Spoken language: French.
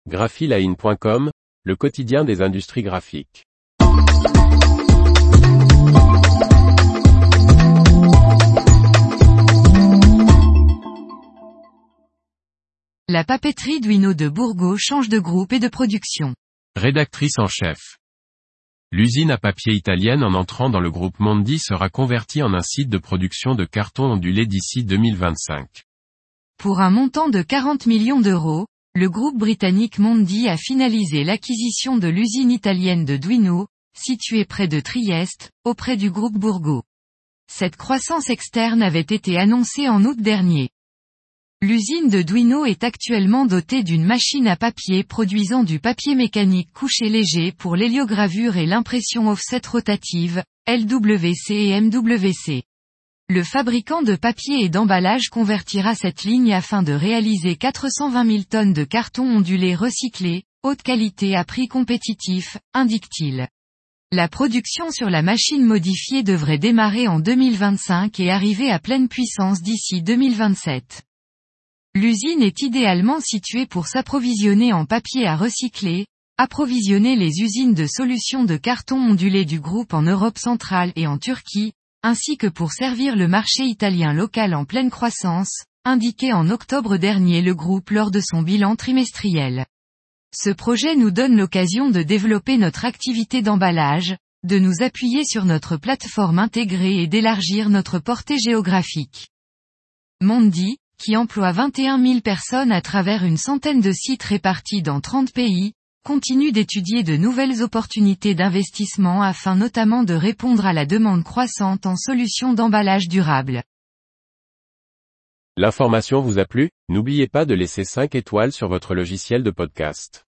graphiline.com, le quotidien des industries graphiques. La papeterie Duino de Bourgault change de groupe et de production. Rédactrice en chef. L'usine à papier italienne en entrant dans le groupe Mondi sera convertie en un site de production de carton ondulé d'ici 2025. Pour un montant de 40 millions d'euros, le groupe britannique Mondi a finalisé l'acquisition de l'usine italienne de Duino, située près de Trieste, auprès du groupe Bourgault. Cette croissance externe avait été annoncée en août dernier. L'usine de Duino est actuellement dotée d'une machine à papier produisant du papier mécanique couché léger pour l'héliogravure et l'impression offset rotative, LWC et MWC. Le fabricant de papier et d'emballage convertira cette ligne afin de réaliser 420 000 tonnes de carton ondulé recyclé, haute qualité à prix compétitif, indique-t-il. La production sur la machine modifiée devrait démarrer en 2025 et arriver à pleine puissance d'ici 2027. L'usine est idéalement située pour s'approvisionner en papier à recycler, approvisionner les usines de solutions de carton ondulé du groupe en Europe centrale et en Turquie, ainsi que pour servir le marché italien local en pleine croissance, indiqué en octobre dernier le groupe lors de son bilan trimestriel. Ce projet nous donne l'occasion de développer notre activité d'emballage, de nous appuyer sur notre plateforme intégrée et d'élargir notre portée géographique. Mondi, qui emploie 21 000 personnes à travers une centaine de sites répartis dans 30 pays, continue d'étudier de nouvelles opportunités d'investissement afin notamment de répondre à la demande croissante en solutions d'emballage durable. L'information vous a plu? N'oubliez pas de laisser 5 étoiles sur votre logiciel de podcast.